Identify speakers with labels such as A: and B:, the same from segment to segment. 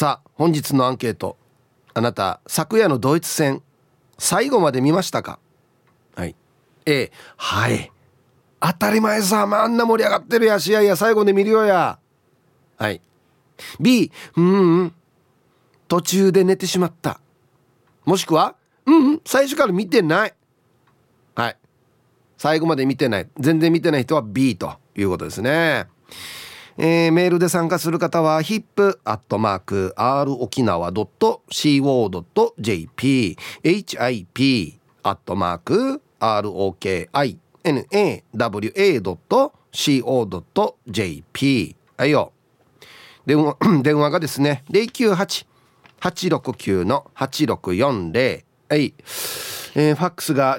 A: さあ本日のアンケート、あなた昨夜のドイツ戦最後まで見ましたか？はい。 A、 はい、当たり前さ、あんな盛り上がってるや試合や最後で見るよや。はい。 B、 途中で寝てしまった、もしくは最初から見てない。はい、最後まで見てない、全然見てない人は B ということですね。メールで参加する方は hip@rokinawa.co.jp hip@rokinawa.co.jp はいよ。電話がですね 098-869-8640、 はい。ファックスが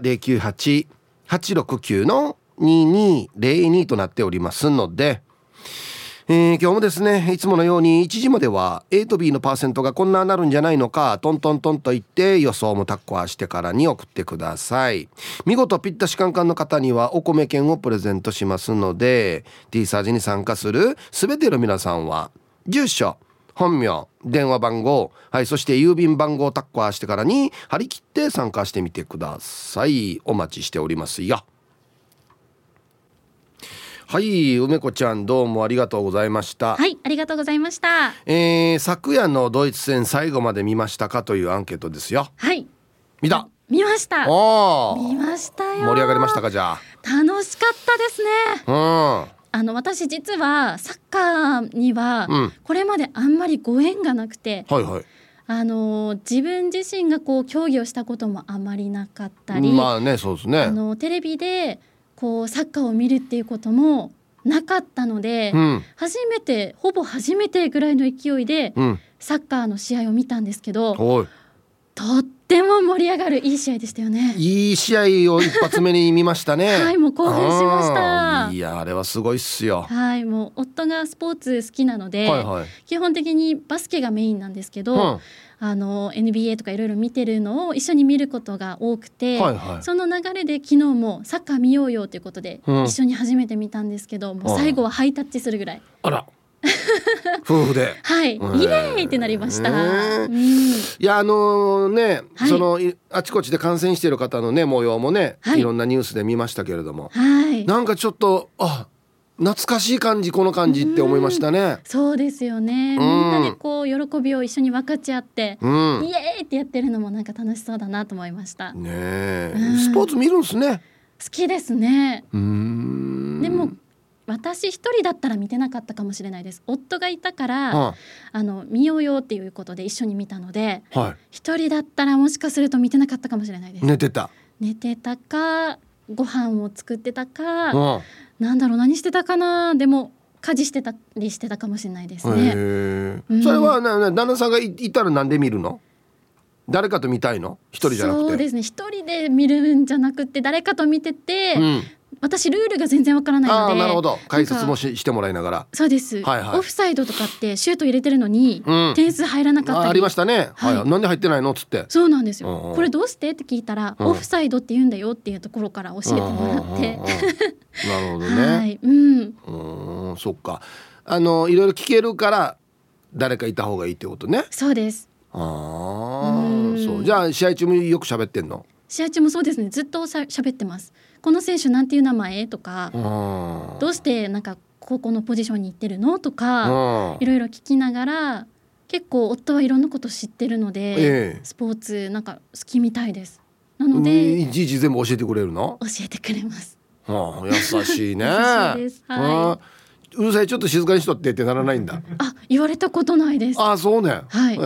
A: 098-869-2202 となっておりますので、今日もですねいつものように1時までは A と B のパーセントがこんななるんじゃないのかトントントンと言って予想もタッコアしてからに送ってください。見事ピッタシカンカンの方にはお米券をプレゼントしますので T サージに参加するすべての皆さんは住所、本名、電話番号、はい、そして郵便番号をタッコアしてからに張り切って参加してみてください。お待ちしておりますよ。はい、梅子ちゃんどうもありがとうございました。
B: はい、ありがとうございました。
A: 昨夜のドイツ戦最後まで見ましたかというアンケートですよ。
B: はい、
A: 見た？
B: 見ました。見ましたよ。
A: 盛り上がりましたか？じゃあ
B: 楽しかったですね。私実はサッカーにはこれまであんまりご縁がなくて、
A: はいはい、
B: 自分自身がこう競技をしたこともあまりなかったり、
A: まあね、そうですね。
B: テレビでこうサッカーを見るっていうこともなかったので、ほぼ初めてぐらいの勢いでサッカーの試合を見たんですけど、とっても盛り上がるいい試合でしたよね。
A: いい試合を一発目に見ましたね。
B: はい、もう興奮しました。
A: いや、あれはすごいっすよ。
B: はい、もう夫がスポーツ好きなので、基本的にバスケがメインなんですけど、NBA とかいろいろ見てるのを一緒に見ることが多くて、その流れで昨日もサッカー見ようよということで、一緒に初めて見たんですけど、もう最後はハイタッチするぐらい、
A: あら夫婦で
B: はい、イエーイってなりました。
A: いやね、そのあちこちで感染している方のね模様もね、いろんなニュースで見ましたけれども、なんかちょっと懐かしい感じ、この感じって思いましたね。
B: そうですよね。みんなでこう喜びを一緒に分かち合って、イエーイってやってるのもなんか楽しそうだなと思いました
A: ね。スポーツ見るんですね。
B: 好きですね。でも私一人だったら見てなかったかもしれないです。夫がいたから、見ようよっていうことで一緒に見たので、一人だったらもしかすると見てなかったかもしれないです。寝てたかご飯を作ってたか、なんだろう、何してたかな。でも家事してたりしてたかもしれないですね。
A: それは旦那さんがいたらなんで見るの？誰かと見たいの？一人じゃなくて。そうです
B: ね、一人で見るんじゃなくて誰かと見てて、私ルールが全然わからないので。
A: なるほど、解説もしてもらいながら。
B: そうです、オフサイドとかってシュート入れてるのに、点数入らなかったり
A: ありましたね。なんで入ってないのっつって。
B: そうなんですよ。これどうしてって聞いたら、オフサイドって言うんだよっていうところから教えてもらってな
A: るほどね。そっか、いろいろ聞けるから誰かいた方がいいってことね。
B: そうです。
A: そうじゃあ試合中もよく喋ってんの？
B: 試合中もそうですね、ずっと喋ってます。この選手なんていう名前とか、どうしてなんかここのポジションに行ってるのとか、いろいろ聞きながら、結構夫はいろんなこと知ってるので、スポーツなんか好きみたいです。なので
A: いちいち全部教えてくれるの？
B: 教えてくれます。
A: 優しいね。
B: 優しいです。
A: うるさい、ちょっと静かにしとってならないんだ。
B: 言われたことないです。
A: そうね。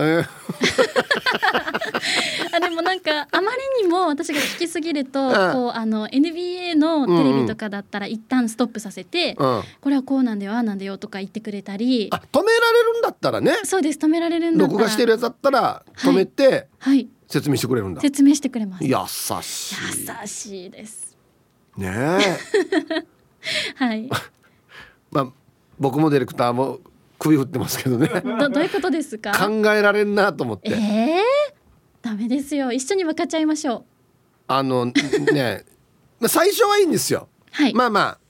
B: でもなんかあまりにも私が聞きすぎると、こうNBA のテレビとかだったら一旦ストップさせて、これはこうなんだよ、ああなんだよとか言ってくれたり。
A: 止められるんだったらね。
B: そうです、止められるんだったら、
A: 録画してるやつだったら止めて、説明してくれるんだ。
B: 説明してくれます。
A: 優しい。
B: 優しいです
A: ねえ
B: はい。
A: 僕もディレクターも首振ってますけどね。
B: どういうことですか？
A: 考えられんなと思って。
B: ダメですよ、一緒に分かっちゃいましょう。
A: ね最初はいいんですよ。まあ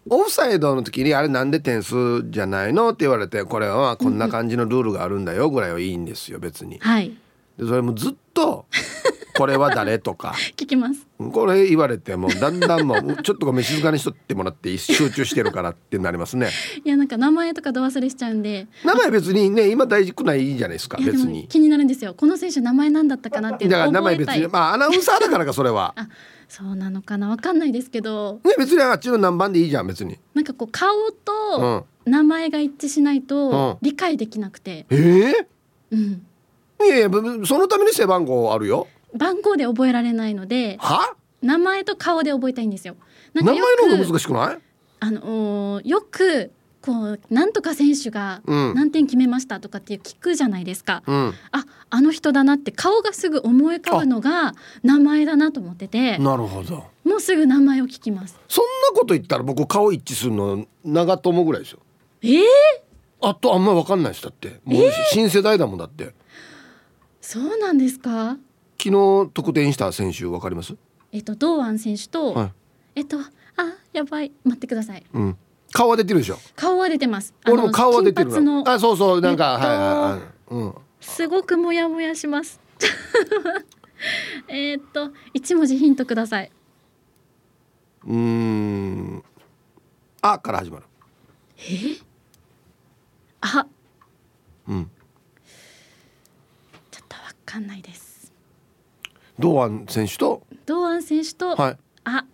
A: オフサイドの時にあれなんで点数じゃないのって言われて、これはこんな感じのルールがあるんだよぐらいはいいんですよ別に。
B: はい。
A: でそれもずっとこれは誰とか
B: 聞きます。
A: これ言われてもだんだんもうちょっとごめん静かにしとってもらっていい、集中してるからってなりますね。
B: いやなんか名前とかど忘れしちゃうんで。
A: 名前別にね今大事くないじゃないですか。
B: いやでも
A: 別に
B: 気になるんですよ。この選手名前なんだったかなっていう
A: だ
B: のを
A: から名前別
B: 覚えたい。
A: にまあアナウンサーだからかそれは
B: あ、そうなのかな、わかんないですけど、
A: ね別にあっちの何番でいいじゃん別に。
B: なんかこう顔と名前が一致しないと理解できなくて、うん、
A: いやいやそのために背番号あるよ。
B: 番号で覚えられないので
A: は
B: 名前と顔で覚えたいんですよ。
A: 名前の方が難しくない？
B: よくこうなんとか選手が何点決めましたとかっていう聞くじゃないですか、あの人だなって顔がすぐ思い浮かぶのが名前だなと思ってて、
A: なるほど、
B: もうすぐ名前を聞きます。
A: そんなこと言ったら僕顔一致するの長友ぐらいですよ。あとあんまり分かんないです。だってもう新世代だもん。だって
B: そうなんですか。
A: 昨日得点した選手分かります？
B: 堂安選手と、
A: はい、
B: やばい待ってください、
A: 顔は出てるでしょ。
B: 顔は出てます。
A: 俺も顔は出てるの。あ、そうそうなんか、はいはいはい、
B: すごくモヤモヤします一文字ヒントください。
A: あから始まる。
B: あ、ちょっとわかんないです。
A: 堂安選手と、
B: はい、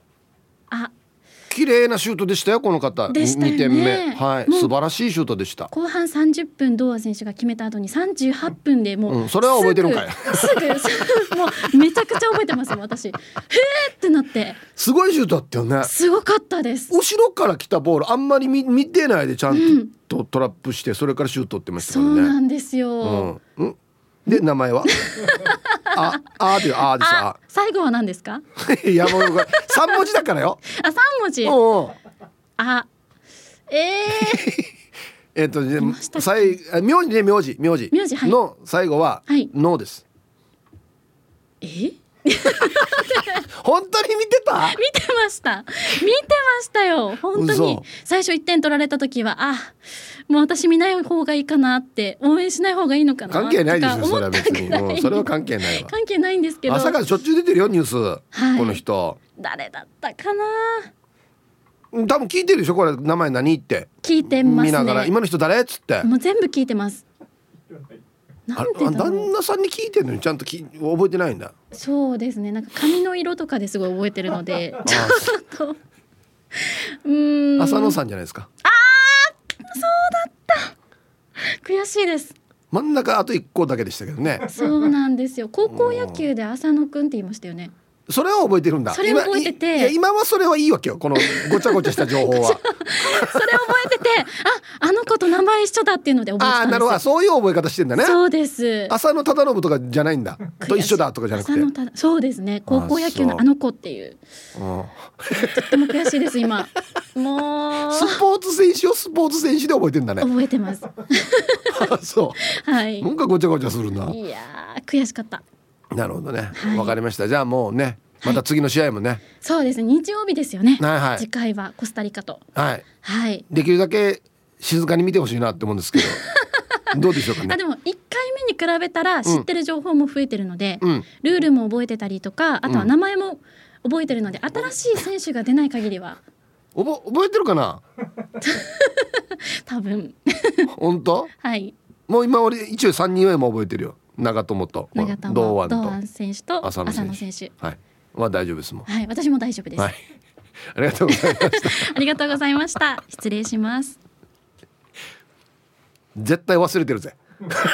A: 綺麗なシュートでしたよこの方。
B: でしたよね。
A: 2点目、はい、素晴らしいシュートでした。
B: 後半30分堂安選手が決めた後に38分でもう、
A: それは覚えてるんかい。
B: すぐもうめちゃくちゃ覚えてますよ私。へーってなって。
A: すごいシュートだったよね。
B: すごかったです。
A: 後ろから来たボールあんまり 見てないでちゃんとトラップして、それからシュートってましたからね。
B: そうなんですよ、
A: で名前はあであです。
B: 最後は何ですか？
A: いやもう3文字だからよ。
B: 3文字。
A: 名字ね、名字の最後はのです。本当に見て
B: ましたよ本当に。最初1点取られた時はもう私見ない方がいいかなって、応援しない方がいいのかな
A: 関係ないですよそれは別に。それは関係ないわ。
B: 関係ないんですけど、
A: 朝からしょっちゅう出てるよニュース、この人
B: 誰だったかな。
A: 多分聞いてるでしょこれ。名前何って
B: 聞いてますね。
A: 見ながら今の人誰っつって、
B: もう全部聞いてます。
A: 旦那さんに聞いてるのにちゃんと覚えてないんだ。
B: そうですね、なんか髪の色とかですごい覚えてるのでちょっと
A: 浅野さんじゃないですか。
B: そうだった。悔しいです。
A: 真ん中あと1個だけでしたけどね。
B: そうなんですよ。高校野球で浅野くんって言いましたよね。
A: それは覚えてるんだ。
B: それ覚えてて、
A: 今はそれはいいわけよこのごちゃごちゃした情報は。それ覚
B: えててあの子と名前一緒だっていうので覚えてたんですよ。
A: なるほど、そういう覚え方してんだね。
B: そうです。
A: 浅野忠信とかじゃないんだ。と一緒だとかじゃなくて、
B: そうですね、高校野球のあの子っていう。とっても悔しいです今。もう
A: スポーツ選手をスポーツ選手で覚えてんだね。
B: 覚えてます
A: そう、はい、なんかごちゃごちゃするな。
B: いや悔しかった。
A: なるほどね、わかりました。じゃあもうね、また次の試合もね、
B: そうですね、日曜日ですよね、次回はコスタリカと、で
A: きるだけ静かに見てほしいなって思うんですけどどうでしょうかね。
B: でも1回目に比べたら知ってる情報も増えてるので、ルールも覚えてたりとか、あとは名前も覚えてるので、新しい選手が出ない限りは
A: 覚えてるかな
B: 多分
A: 本当？
B: はい、
A: もう今俺一応3人は覚えてるよ。長友と堂
B: 安選手と浅野選手、
A: は大丈夫ですもん。
B: はい、私も大丈夫です。
A: ありがとうございました
B: ありがとうございました。失礼します。
A: 絶対忘れてるぜ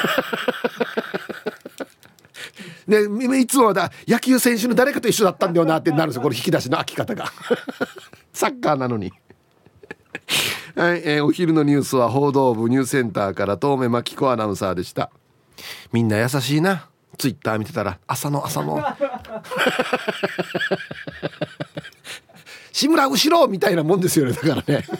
A: でいつも野球選手の誰かと一緒だったんだよなってなるんですよ、これ引き出しの開き方がサッカーなのにはい、お昼のニュースは報道部ニュースセンターから遠目真紀子アナウンサーでした。みんな優しいな。ツイッター見てたら朝の志村後ろみたいなもんですよね、だからね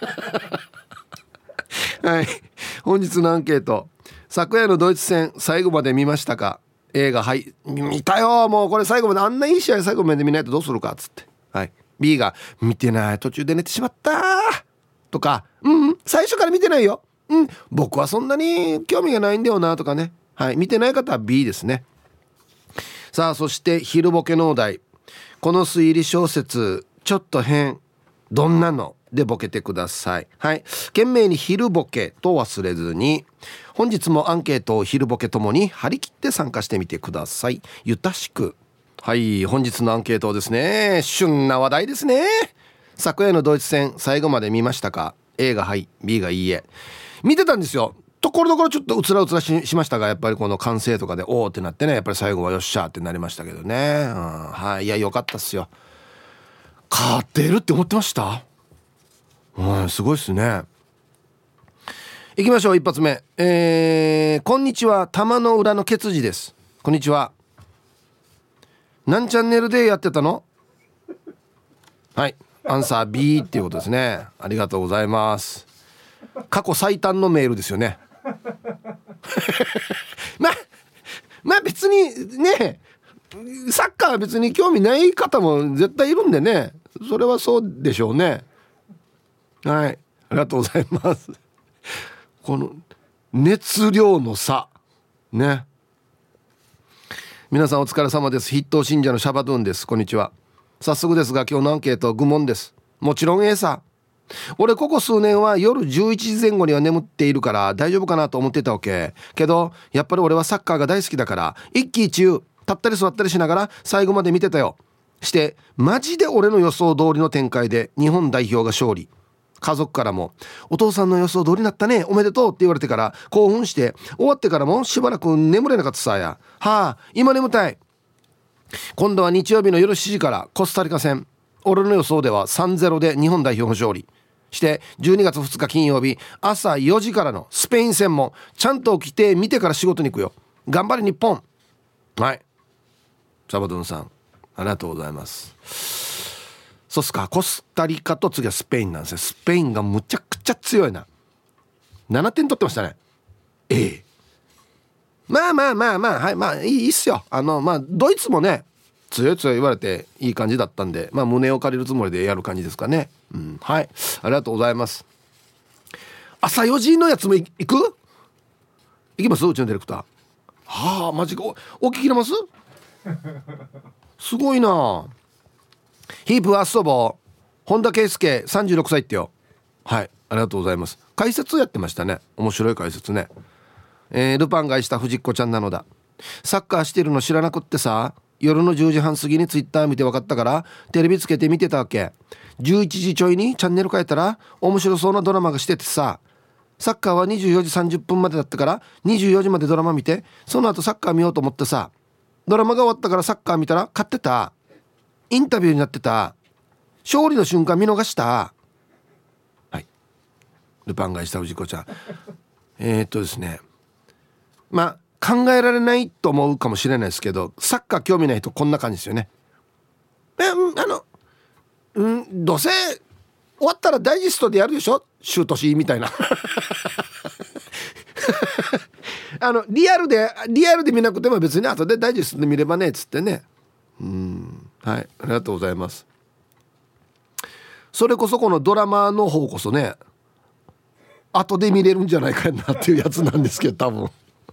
A: はい、本日のアンケート、昨夜のドイツ戦最後まで見ましたか？映画見たよ。もうこれ最後まで、あんないい試合最後まで見ないとどうするかっつって、 B が見てない、途中で寝てしまったとか、最初から見てないよ、僕はそんなに興味がないんだよなとかね。はい、見てない方は B ですね。さあ、そして昼ボケのお題、この推理小説ちょっと変、どんなのでボケてください。はい、懸命に昼ボケと忘れずに、本日もアンケートを昼ボケともに張り切って参加してみてください。ゆたしく。はい、本日のアンケートですね。旬な話題ですね。昨夜のドイツ戦最後まで見ましたか？ A がはい、 B がいいえ。見てたんですよ。ところどころちょっとうつらうつら しましたが、やっぱりこの歓声とかでおーってなってね、やっぱり最後はよっしゃーってなりましたけどね、はい、いや良かったっすよ。勝てるって思ってました。すごいっすね。行きましょう。一発目、こんにちは、玉の裏のケツジです。こんにちは。何チャンネルでやってたの？はい、アンサー B っていうことですね。ありがとうございます。過去最短のメールですよね。まあ別にね、サッカーは別に興味ない方も絶対いるんでね、それはそうでしょうね。はい、ありがとうございます。この熱量の差ね。皆さんお疲れ様です。筆頭信者のシャバドゥンです。こんにちは。早速ですが今日のアンケート愚問です。もちろん A さ。俺ここ数年は夜11時前後には眠っているから大丈夫かなと思ってたわけけど、やっぱり俺はサッカーが大好きだから一喜一憂、立ったり座ったりしながら最後まで見てたよ。してマジで俺の予想通りの展開で日本代表が勝利。家族からもお父さんの予想通りになったね、おめでとうって言われてから興奮して、終わってからもしばらく眠れなかったさや。今眠たい。今度は日曜日の夜7時からコスタリカ戦、俺の予想では 3-0 で日本代表の勝利して12月2日金曜日朝4時からのスペイン戦もちゃんと起きて見てから仕事に行くよ。頑張れ日本。はい、サバドゥンさんありがとうございます。そうっすか、コスタリカと次はスペインなんですよ。スペインがむちゃくちゃ強いな。7点取ってましたね。まあはい、いいっすよ。ドイツもね強い言われていい感じだったんで、胸を借りるつもりでやる感じですかね。はい、ありがとうございます。朝4時のやつも行きます？うちのディレクター。マジか。お聞きれます？すごいな。ヒープアストボ本田圭佑36歳ってよ。はい、ありがとうございます。解説やってましたね。面白い解説ね。ルパンがした藤子ちゃんなのだ。サッカーしてるの知らなくってさ、夜の10時半過ぎにツイッター見て分かったからテレビつけて見てたわけ。11時ちょいにチャンネル変えたら面白そうなドラマがしててさ、サッカーは24時30分までだったから24時までドラマ見て、その後サッカー見ようと思ってさ、ドラマが終わったからサッカー見たら勝ってた、インタビューになってた、勝利の瞬間見逃した。はい、ルパンがした藤子ちゃん。ですね、考えられないと思うかもしれないですけど、サッカー興味ないとこんな感じですよね。どうせ終わったらダイジェストでやるでしょ、シュートシーみたいな。リアルで見なくても別に後でダイジェストで見ればねっつってね。はい、ありがとうございます。それこそこのドラマの方こそね後で見れるんじゃないかなっていうやつなんですけど、多分。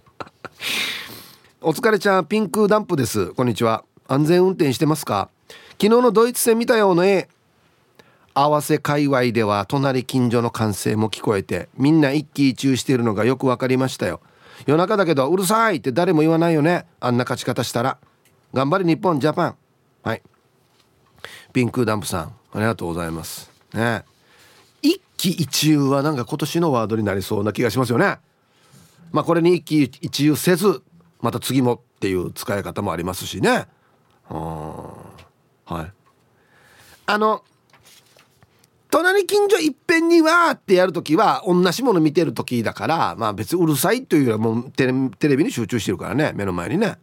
A: お疲れちゃん、ピンクダンプです。こんにちは。安全運転してますか？昨日のドイツ戦見たような合わせ界隈では隣近所の歓声も聞こえて、みんな一喜一憂しているのがよく分かりましたよ。夜中だけどうるさいって誰も言わないよね、あんな勝ち方したら。頑張れ日本ジャパン。はい、ピンクダンプさんありがとうございますね。一喜一憂はなんか今年のワードになりそうな気がしますよね。これに一喜一憂せずまた次もっていう使い方もありますしね。はい、隣近所いっぺんにわーってやるときは同じもの見てるときだから、別にうるさいというよりはもうテレビに集中してるからね、目の前にね。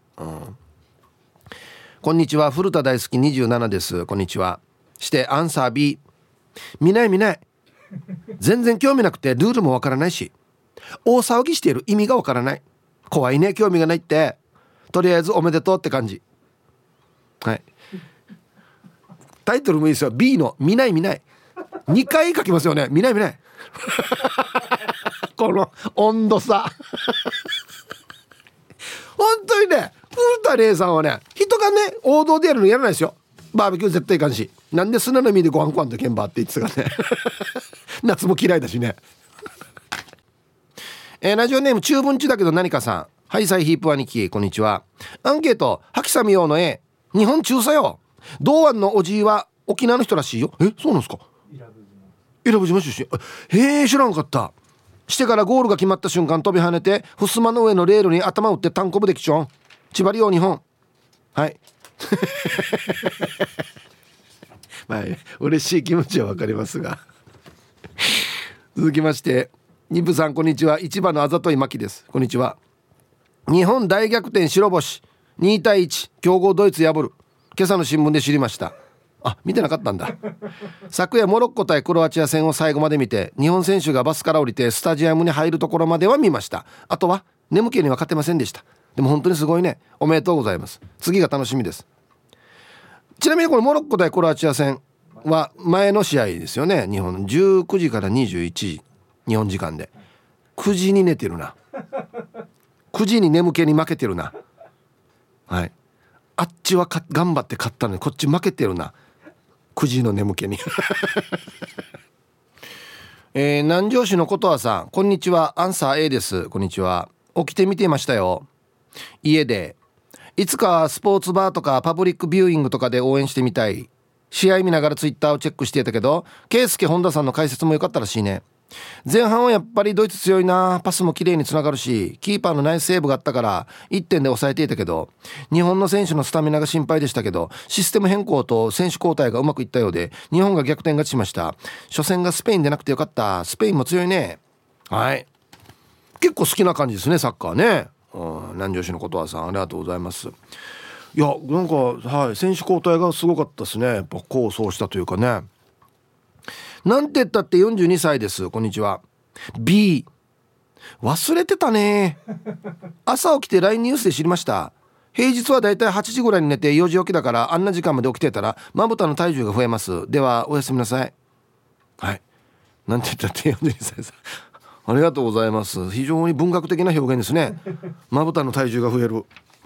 A: こんにちは、古田大好き27です。こんにちは。してアンサー B。 見ない全然興味なくてルールもわからないし、大騒ぎしている意味がわからない。怖いね、興味がないって。とりあえずおめでとうって感じ。はい、 タイトルもいいですよ。 B の見ない見ない、2回書きますよね。見ない見ないこの温度差本当にね、古田玲さんはね、人がね王道でやるのやらないですよ。バーベキュー絶対いかんし、なんで砂の海でご飯食わんとけんばって言ってたからね夏も嫌いだしねラジオネーム中文地だけど何かさん、ハイサイヒープ兄貴、こんにちは。アンケート、ハキサミ用の A、 日本中佐よ。同案のおじいは沖縄の人らしいよ。そうなんですか。伊良部島出身。へえ、知らんかった。してからゴールが決まった瞬間飛び跳ねて襖の上のレールに頭打って単コブできちょん。千葉利用日本。はいまあ嬉しい気持ちは分かりますが続きまして、ニブさんこんにちは。市場のあざといまきです。こんにちは。日本大逆転白星2対1、強豪ドイツ破る。今朝の新聞で知りました。見てなかったんだ昨夜モロッコ対クロアチア戦を最後まで見て、日本選手がバスから降りてスタジアムに入るところまでは見ました。あとは眠気には勝てませんでした。でも本当にすごいね。おめでとうございます。次が楽しみです。ちなみにこのモロッコ対クロアチア戦は前の試合ですよね。日本19時から21時、日本時間で9時に寝てるな。9時に眠気に負けてるな。はい、あっちは頑張って勝ったのにこっち負けてるな。9時の眠気に南城市のことはさん、こんにちは。アンサー A です。こんにちは。起きて見ていましたよ。家でいつかスポーツバーとかパブリックビューイングとかで応援してみたい。試合見ながらツイッターをチェックしていたけど、圭介本田さんの解説も良かったらしいね。前半はやっぱりドイツ強いな。パスも綺麗につながるし、キーパーのナイスセーブがあったから1点で抑えていたけど、日本の選手のスタミナが心配でしたけど、システム変更と選手交代がうまくいったようで日本が逆転勝ちしました。初戦がスペインでなくてよかった。スペインも強いね。はい、結構好きな感じですね、サッカーね。南城市のことはさん、ありがとうございます。いや、なんか、はい、選手交代がすごかったですね。やっぱ功を奏したというかね。なんて言ったって42歳です。こんにちは。 B、 忘れてたね。朝起きて LINE ニュースで知りました。平日はだいたい8時ぐらいに寝て4時起きだから、あんな時間まで起きてたらまぶたの体重が増えます。ではおやすみなさい。はい、なんて言ったって42歳です。ありがとうございます。非常に文学的な表現ですね。まぶたの体重が増える。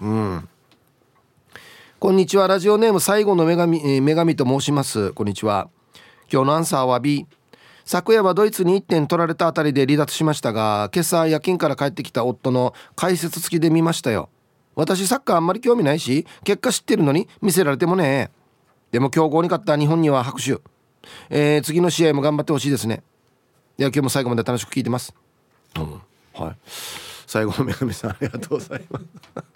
A: こんにちは。ラジオネーム最後の女神と申します。こんにちは。今日のアンサーは B。 昨夜はドイツに1点取られたあたりで離脱しましたが、今朝夜勤から帰ってきた夫の解説付きで見ましたよ。私サッカーあんまり興味ないし、結果知ってるのに見せられてもね。でも強豪に勝った日本には拍手。次の試合も頑張ってほしいですね。では今日も最後まで楽しく聞いてます。はい、最後の女神さん、ありがとうございます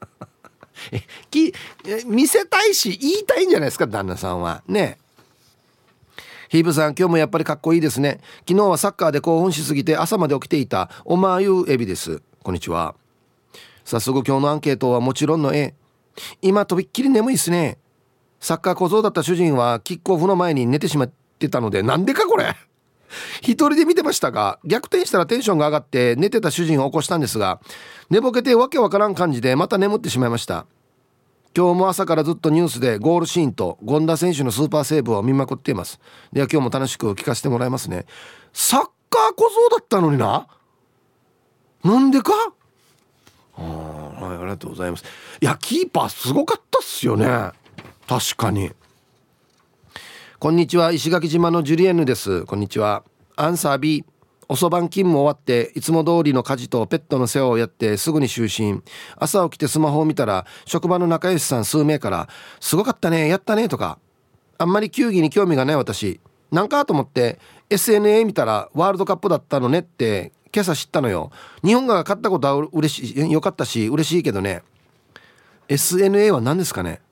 A: 見せたいし言いたいんじゃないですか、旦那さんはね。ヒーブさん、今日もやっぱりかっこいいですね。昨日はサッカーで興奮しすぎて朝まで起きていたおまゆエビです。こんにちは。早速今日のアンケートはもちろんの A。 今とびっきり眠いですね。サッカー小僧だった主人はキックオフの前に寝てしまってたので、なんでかこれ一人で見てましたが、逆転したらテンションが上がって寝てた主人を起こしたんですが、寝ぼけてわけわからん感じでまた眠ってしまいました。今日も朝からずっとニュースでゴールシーンと権田選手のスーパーセーブを見まくっています。では今日も楽しく聞かせてもらいますね。サッカー小僧だったのになんでか。はい、ありがとうございます。いや、キーパーすごかったっすよね。確かに。こんにちは。石垣島のジュリエンヌです。こんにちは。アンサー B。 遅番勤務終わっていつも通りの家事とペットの世話をやってすぐに就寝。朝起きてスマホを見たら職場の仲良しさん数名からすごかったね、やったねとか。あんまり球技に興味がない私、なんかと思って SNA 見たらワールドカップだったのねって今朝知ったのよ。日本が勝ったことは嬉しい、よかったし嬉しいけどね。 SNA は何ですかね。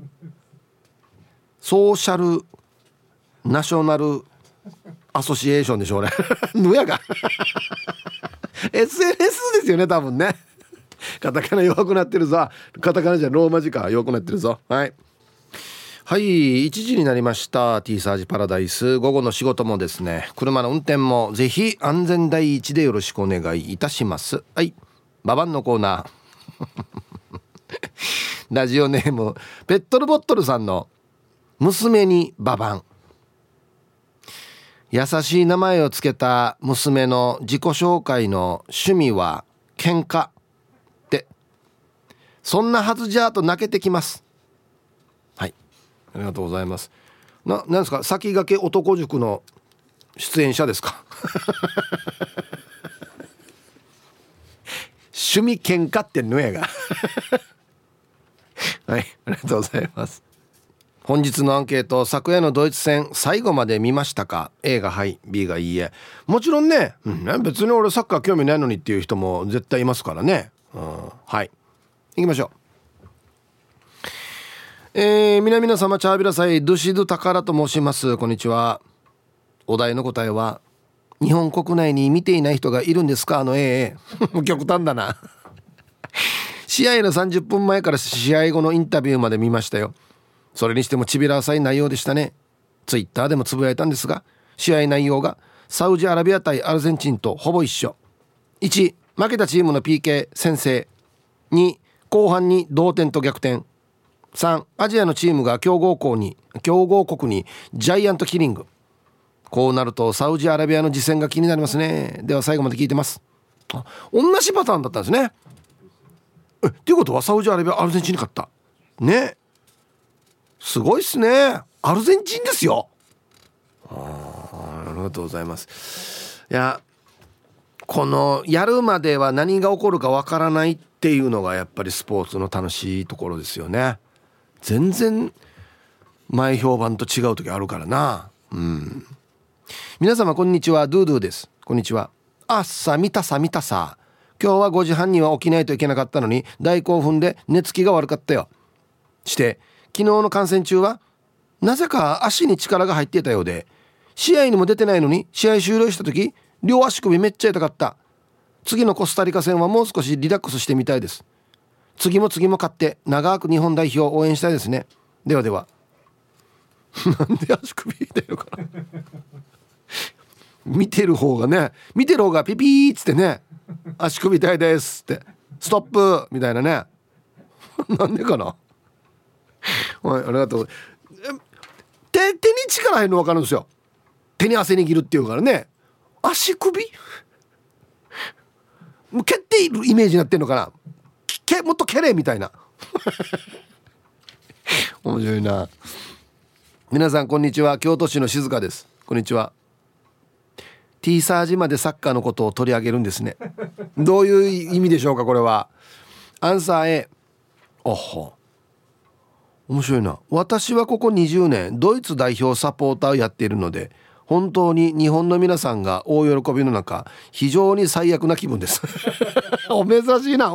A: ソーシャルナショナルアソシエーションでしょうねぬやがSNS ですよね、多分ね。カタカナ弱くなってるぞ。カタカナじゃローマ字か、弱くなってるぞ。はいはい、1時になりました。 T サージパラダイス、午後の仕事もですね、車の運転もぜひ安全第一でよろしくお願いいたします。はい、ババンのコーナーラジオネームペットルボットルさんの娘にババン。優しい名前をつけた娘の自己紹介の趣味は喧嘩って、そんなはずじゃと泣けてきます。はい、ありがとうございます。なんですか、先駆け男塾の出演者ですか趣味喧嘩ってのやがはい、ありがとうございます。本日のアンケート、昨夜のドイツ戦最後まで見ましたか？ A がはい、 B がいいえ。もちろんね、別に俺サッカー興味ないのにっていう人も絶対いますからね、はい、行きましょう。皆様チャービラサイドシドタカラと申します。こんにちは。お題の答えは、日本国内に見ていない人がいるんですか？極端だな試合の30分前から試合後のインタビューまで見ましたよ。それにしてもちびら浅い内容でしたね。ツイッターでもつぶやいたんですが、試合内容がサウジアラビア対アルゼンチンとほぼ一緒。1、負けたチームの PK 先制。2、後半に同点と逆転。3、アジアのチームが強豪国にジャイアントキリング。こうなるとサウジアラビアの次戦が気になりますね。では最後まで聞いてます。同じパターンだったんですね。っていうことはサウジアラビアアルゼンチンに勝ったね。すごいっすね。アルゼンチンですよ。ありがとうございます。いや、このやるまでは何が起こるかわからないっていうのがやっぱりスポーツの楽しいところですよね。全然前評判と違う時あるからな。皆様こんにちは、ドゥドゥです。こんにちは。見たさ。今日は5時半には起きないといけなかったのに大興奮で寝つきが悪かったよ。して昨日の観戦中はなぜか足に力が入っていたようで、試合にも出てないのに試合終了した時両足首めっちゃ痛かった。次のコスタリカ戦はもう少しリラックスしてみたいです。次も勝って長く日本代表を応援したいですね。ではではなんで足首痛いのかな見てる方がピピーっつってね、足首痛いですってストップみたいなねなんでかなはい、ありがとう。手に力入るの分かるんですよ。手に汗握るっていうからね。足首蹴っているイメージになってんのかな。もっと蹴れみたいな面白いな。皆さんこんにちは、京都市の静香です。こんにちは。 T サージまでサッカーのことを取り上げるんですね。どういう意味でしょうかこれは。アンサー A。 おほ、面白いな。私はここ20年ドイツ代表サポーターをやっているので、本当に日本の皆さんが大喜びの中非常に最悪な気分ですお珍しいな。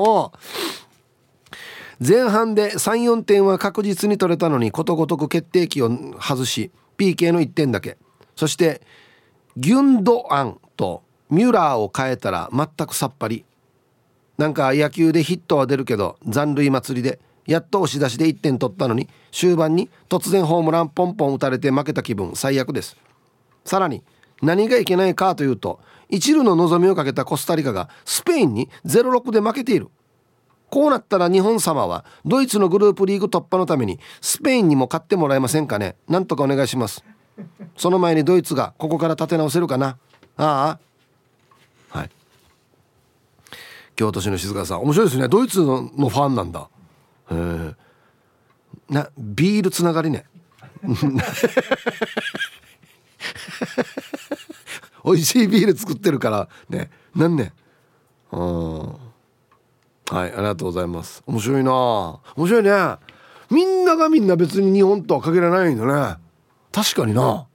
A: 前半で 3,4 点は確実に取れたのにことごとく決定機を外し PK の1点だけ。そしてギュンドアンとミュラーを変えたら全くさっぱり。なんか野球でヒットは出るけど残塁祭りでやっと押し出しで1点取ったのに終盤に突然ホームランポンポン打たれて負けた気分、最悪です。さらに何がいけないかというと、一縷の望みをかけたコスタリカがスペインに 0-6 で負けている。こうなったら日本様はドイツのグループリーグ突破のためにスペインにも勝ってもらえませんかね。なんとかお願いします。その前にドイツがここから立て直せるかな。はい、京都市の静香さん、面白いですね。ドイツのファンなんだ。ビールつながりね美味しいビール作ってるからね。なんね。はい、ありがとうございます。面白いな。面白いね。みんながみんな別に日本とは限らないんだね。確かにな。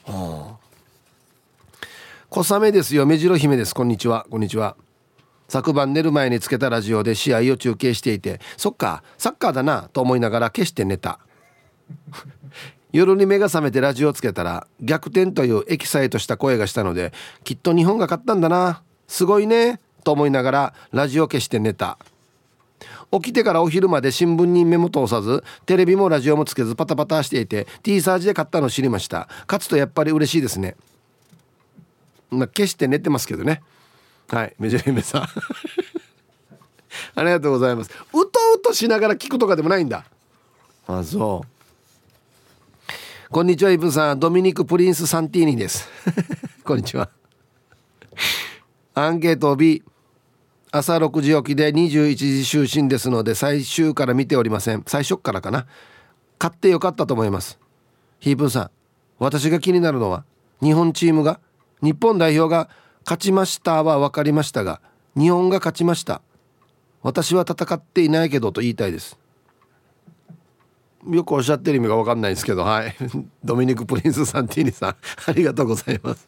A: 小雨ですよ。目白姫です。こんにちは。こんにちは。昨晩寝る前につけたラジオで試合を中継していて、そっかサッカーだなと思いながら消して寝た夜に目が覚めてラジオをつけたら逆転というエキサイトした声がしたので、きっと日本が勝ったんだな、すごいねと思いながらラジオを消して寝た。起きてからお昼まで新聞に目も通さずテレビもラジオもつけずパタパタしていて T サージで買ったのを知りました。勝つとやっぱり嬉しいですね。消して寝てますけどね。はい、めじゃ姫さんありがとうございます。うとうとしながら聞くとかでもないんだ。あ、そう。 こんにちはイブさん、ドミニク・プリンス・サンティーニですこんにちは。アンケート B、 朝6時起きで21時就寝ですので最終から見ておりません。最初からかな。買ってよかったと思います。ヒープンさん、私が気になるのは日本チームが、日本代表が勝ちましたは分かりましたが、日本が勝ちました、私は戦っていないけどと言いたいです。よくおっしゃってる意味が分かんないですけど、はいドミニク・プリンス・サンティーニさんありがとうございます。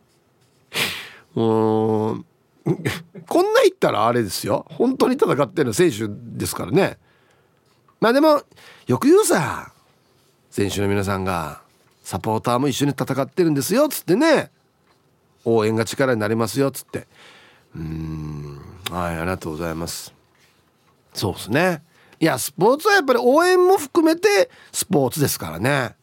A: こんな言ったらあれですよ、本当に戦ってる選手ですからね。まあでもよく言うさ、選手の皆さんがサポーターも一緒に戦ってるんですよつってね、応援が力になりますよつって、はい、ありがとうございます。そうですね。いや、スポーツはやっぱり応援も含めてスポーツですからね。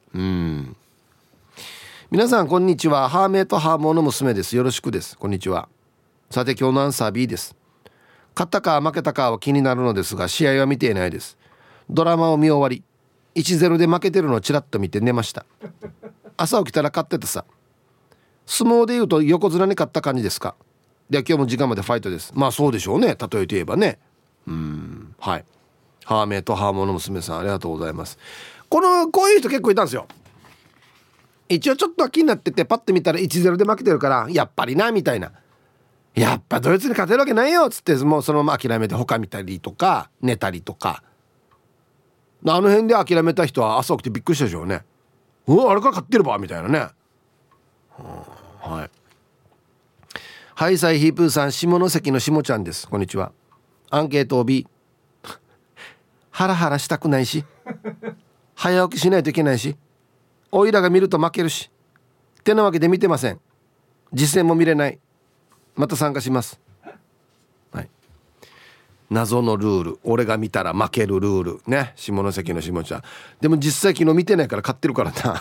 A: 皆さんこんにちは。ハーメイとハーモーの娘です。よろしくです。こんにちは。さて今日のアンサー B です。勝ったか負けたかは気になるのですが、試合は見ていないです。ドラマを見終わり 1-0 で負けてるのをちらっと見て寝ました。朝起きたら勝ってたさ。相撲でいうと横綱に勝った感じですか。では今日も時間までファイトです。まあそうでしょうね、例えて言えばね。はい、ハーメイとハーモンの娘さんありがとうございます。こういう人結構いたんですよ。一応ちょっと気になっててパッと見たら 1-0 で負けてるから、やっぱりなみたいな、やっぱドイツに勝てるわけないよっつって、もうそのまま諦めて他見たりとか寝たりとか、あの辺で諦めた人は朝起きてびっくりしたでしょうね。あれから勝ってればみたいなね。はい。ハイサイヒープーさん、下関の下ちゃんです。こんにちは。アンケートを B ハラハラしたくないし早起きしないといけないし、おいらが見ると負けるしってなわけで見てません。実践も見れない。また参加します。はい、謎のルール、俺が見たら負けるルールね。下関の下ちゃんでも実際昨日見てないから勝ってるからな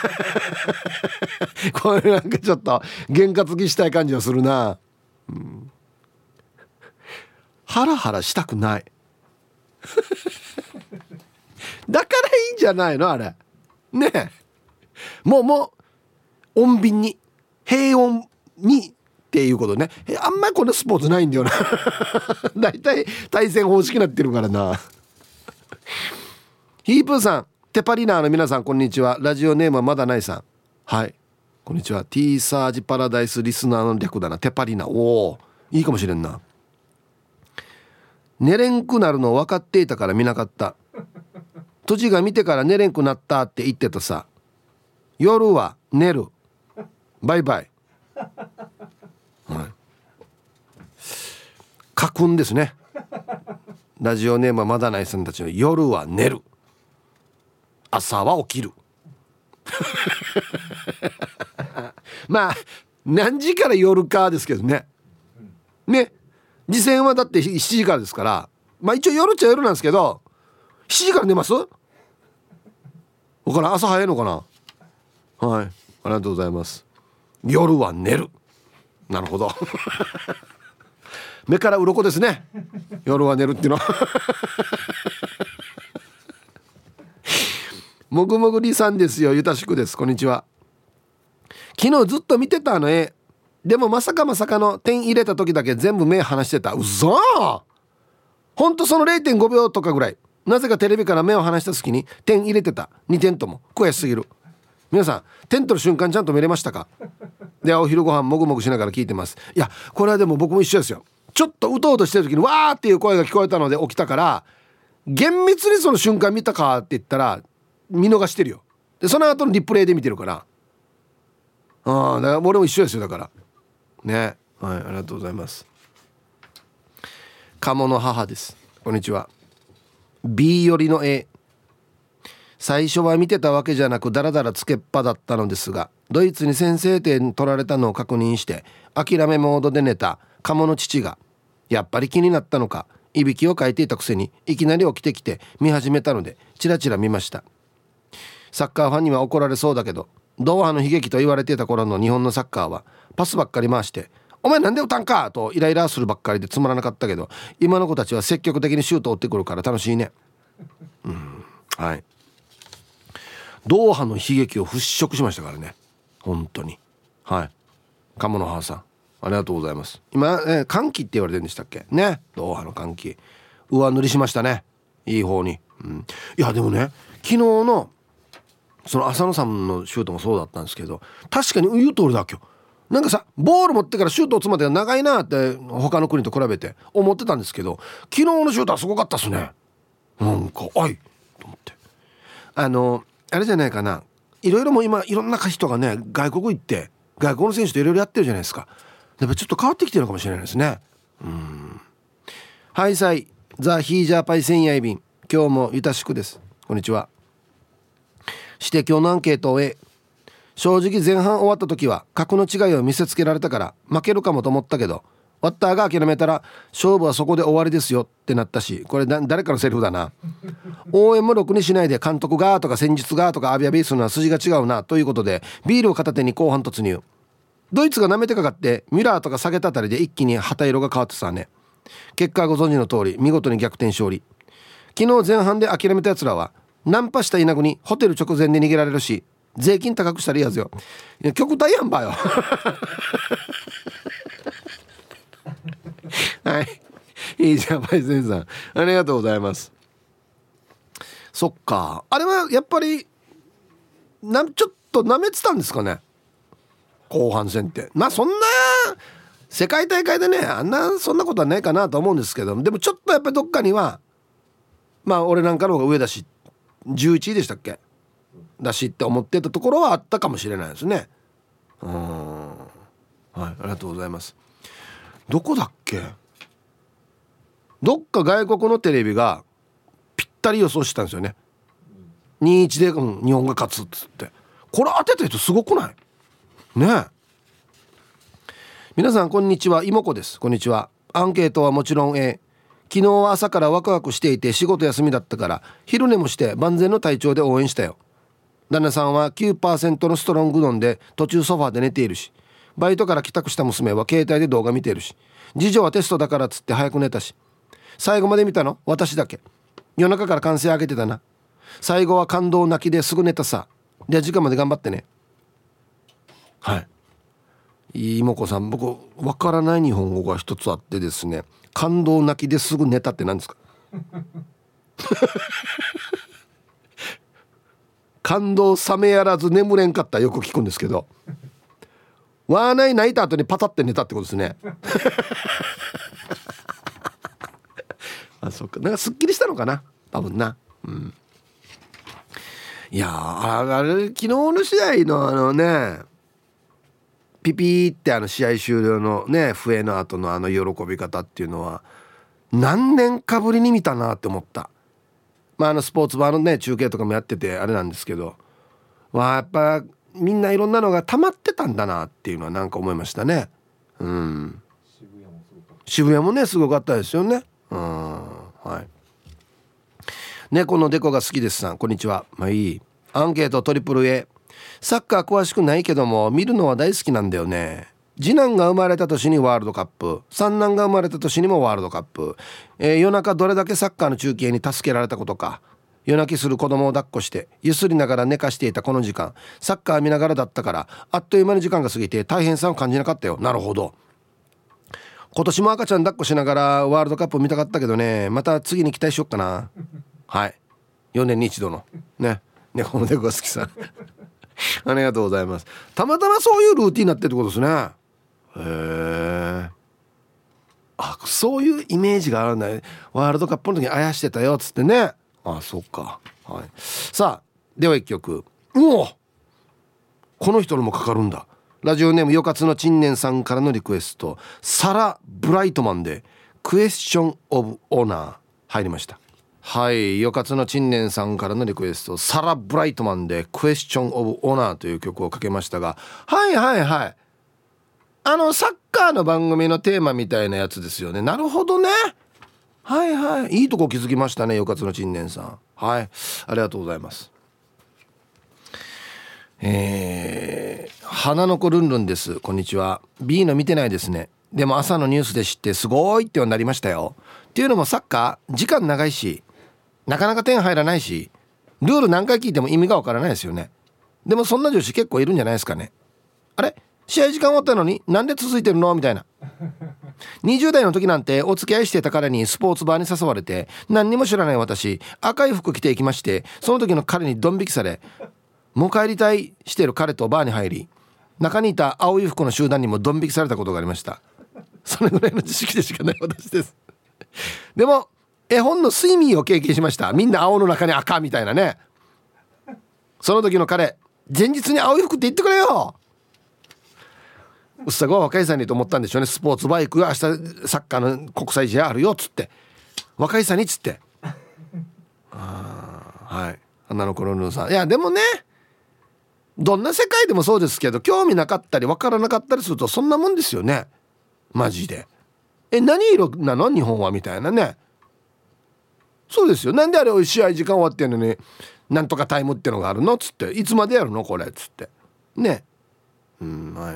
A: これなんかちょっと験担ぎしたい感じはするな。ハラハラしたくないだからいいんじゃないのあれねえ。もう穏便に平穏にっていうことね。あんまりこのスポーツないんだよなだいたい対戦方式になってるからなヒープーさん、テパリナーの皆さんこんにちは。ラジオネームはまだないさん、はい、こんにちは。 T サージパラダイスリスナーの略だな、テパリナ。おお、いいかもしれんな。寝れんくなるの分かっていたから見なかった。土地が見てから寝れんくなったって言ってたさ。夜は寝る、バイバイ。はい、家訓ですね。ラジオネームはまだないさんたちの夜は寝る、朝は起きるまあ何時から夜かですけどね。ね、時線はだって7時からですから、まあ一応夜っちゃ夜なんですけど、7時から寝ます？わからん、朝早いのかな。はい、ありがとうございます。夜は寝る、なるほど目から鱗ですね、夜は寝るっていうのもぐもぐりさんですよ。ゆたしくです。こんにちは。昨日ずっと見てたの絵でもまさかの点入れた時だけ全部目離してた。うそー、ほんとその 0.5 秒とかぐらい、なぜかテレビから目を離した隙に点入れてた。2点とも悔しすぎる。皆さん点取る瞬間ちゃんと見れましたか？ではお昼ご飯もぐもぐしながら聞いてます。いやこれはでも僕も一緒ですよ。ちょっとうとうとしてる時にわーっていう声が聞こえたので起きたから、厳密にその瞬間見たかって言ったら見逃してるよ。でその後のリプレイで見てるから、だから俺も一緒ですよ。だからね、はい、ありがとうございます。鴨の母です。こんにちは。 B 寄りの A、最初は見てたわけじゃなくダラダラつけっぱだったのですが、ドイツに先制点取られたのを確認して諦めモードで寝た鴨の父がやっぱり気になったのか、いびきをかいていたくせにいきなり起きてきて見始めたのでチラチラ見ました。サッカーファンには怒られそうだけど、ドーハの悲劇と言われていた頃の日本のサッカーはパスばっかり回してお前なんで打たんかとイライラするばっかりでつまらなかったけど、今の子たちは積極的にシュートを打ってくるから楽しいね。はい。 ドーハの悲劇を払拭しましたからね、本当に。はい、鴨の母さんありがとうございます。今、歓喜って言われてるんでしたっけね、ドーハの歓喜上塗りしましたね、いい方に、いやでもね、昨日のその浅野さんのシュートもそうだったんですけど、確かに言う通りだ今日なんかさ、ボール持ってからシュート打つまでが長いなって他の国と比べて思ってたんですけど、昨日のシュートはすごかったっすね。なんかと思って、あれじゃないかな、いろいろもう今いろんな人がね外国行って外国の選手といろいろやってるじゃないですか。やっぱちょっと変わってきてるのかもしれないですね。ハイサイザ・ヒージャーパイセンヤイビン、今日もゆたしくです。こんにちは。して今日のアンケートを終え、正直前半終わった時は格の違いを見せつけられたから負けるかもと思ったけど、ワッターが諦めたら勝負はそこで終わりですよってなったし、これ誰かのセリフだな。応援もろくにしないで監督がとか戦術がとかアビアビするのは筋が違うなということで、ビールを片手に後半突入。ドイツが舐めてかかってミラーとか下げたあたりで一気に旗色が変わってさね。結果はご存知の通り見事に逆転勝利。昨日前半で諦めたやつらはナンパした稲子にホテル直前で逃げられるし、税金高くしたらいいやつよ。いや極端やんばよはい、いいじゃんパイセンさんありがとうございます。そっか、あれはやっぱりちょっと舐めてたんですかね、後半戦って。まあそんな世界大会でねそんなことはないかなと思うんですけど、でもちょっとやっぱりどっかにはまあ俺なんかの方が上だし11位でしたっけだしって思ってたところはあったかもしれないですね。はい、ありがとうございます。どこだっけ、どっか外国のテレビがぴったり予想したんですよね。2-1で、日本が勝つっつって、これ当てた人すごくないねえ。皆さんこんにちは、妹子です。こんにちは。アンケートはもちろん昨日は朝からワクワクしていて仕事休みだったから昼寝もして万全の体調で応援したよ。旦那さんは 9% のストロング飲んで途中ソファーで寝ているし、バイトから帰宅した娘は携帯で動画見ているし、次女はテストだからっつって早く寝たし、最後まで見たの私だけ。夜中から歓声上げてたな。最後は感動泣きですぐ寝たさ。で時間まで頑張ってね。はい、妹子さん、僕わからない日本語が一つあってですね、感動泣きですぐ寝たって何ですか感動冷めやらず眠れんかったよく聞くんですけど、わーない泣いた後にパタって寝たってことですねあ、そっか、なんかすっきりしたのかな多分な。いやあれ昨日の試合のねピピーって試合終了のね笛の後の喜び方っていうのは何年かぶりに見たなって思った。まあスポーツバーのね中継とかもやっててあれなんですけど、やっぱみんないろんなのが溜まってたんだなっていうのはなんか思いましたね。渋谷もねすごかったですよね。はい。猫のデコが好きですさん、こんにちは。まあいい。アンケートトリプル A。サッカー詳しくないけども見るのは大好きなんだよね。次男が生まれた年にワールドカップ、三男が生まれた年にもワールドカップ、夜中どれだけサッカーの中継に助けられたことか。夜泣きする子供を抱っこしてゆすりながら寝かしていたこの時間、サッカー見ながらだったからあっという間に時間が過ぎて大変さを感じなかったよ。なるほど。今年も赤ちゃん抱っこしながらワールドカップ見たかったけどね、また次に期待しよっかな。はい、4年に一度のね猫の猫が好きさありがとうございます。たまたまそういうルーティンになってるってことですね。へえ。あ、そういうイメージがあるんだね。ワールドカップの時にあやしてたよっつってね。あ、そっか。はい。さあでは一曲。この人のもかかるんだ。ラジオネームよかつのちんねんさんからのリクエスト、サラ・ブライトマンでクエスチョン・オブ・オナー入りました。はい、よかつのちんねんさんからのリクエスト、サラ・ブライトマンでクエスチョン・オブ・オナーという曲をかけましたが、はいはいはい、サッカーの番組のテーマみたいなやつですよね。なるほどね。はいはい、いいとこ気づきましたね、よかつのちんねんさん。はい、ありがとうございます。花の子ルンルンです。こんにちは。 B の見てないですね。でも朝のニュースで知ってすごいってはなりましたよ。っていうのもサッカー時間長いしなかなか点入らないし、 ルール何回聞いても意味がわからないですよね。でもそんな女子結構いるんじゃないですかね。あれ試合時間終わったのになんで続いてるのみたいな。20代の時なんてお付き合いしてた彼にスポーツバーに誘われて、何にも知らない私赤い服着ていきまして、その時の彼にドン引きされ、もう帰りたいしてる彼とバーに入り、中にいた青い服の集団にもドン引きされたことがありました。それぐらいの知識でしかない私です。でも絵本の睡眠を経験しました。みんな青の中に赤みたいなね。その時の彼、前日に青い服って言ってくれよ。うっさごは若いさんにと思ったんでしょうね。スポーツバイクが明日サッカーの国際試合あるよっつって、若いさんにっつってはい、花の子のヌーさん。いやでもね、どんな世界でもそうですけど、興味なかったり分からなかったりするとそんなもんですよね。マジで。何色なの日本はみたいなね。そうですよ。なんであれ試合時間終わってんのになんとかタイムってのがあるのっつって、いつまでやるのこれっつってね。はい。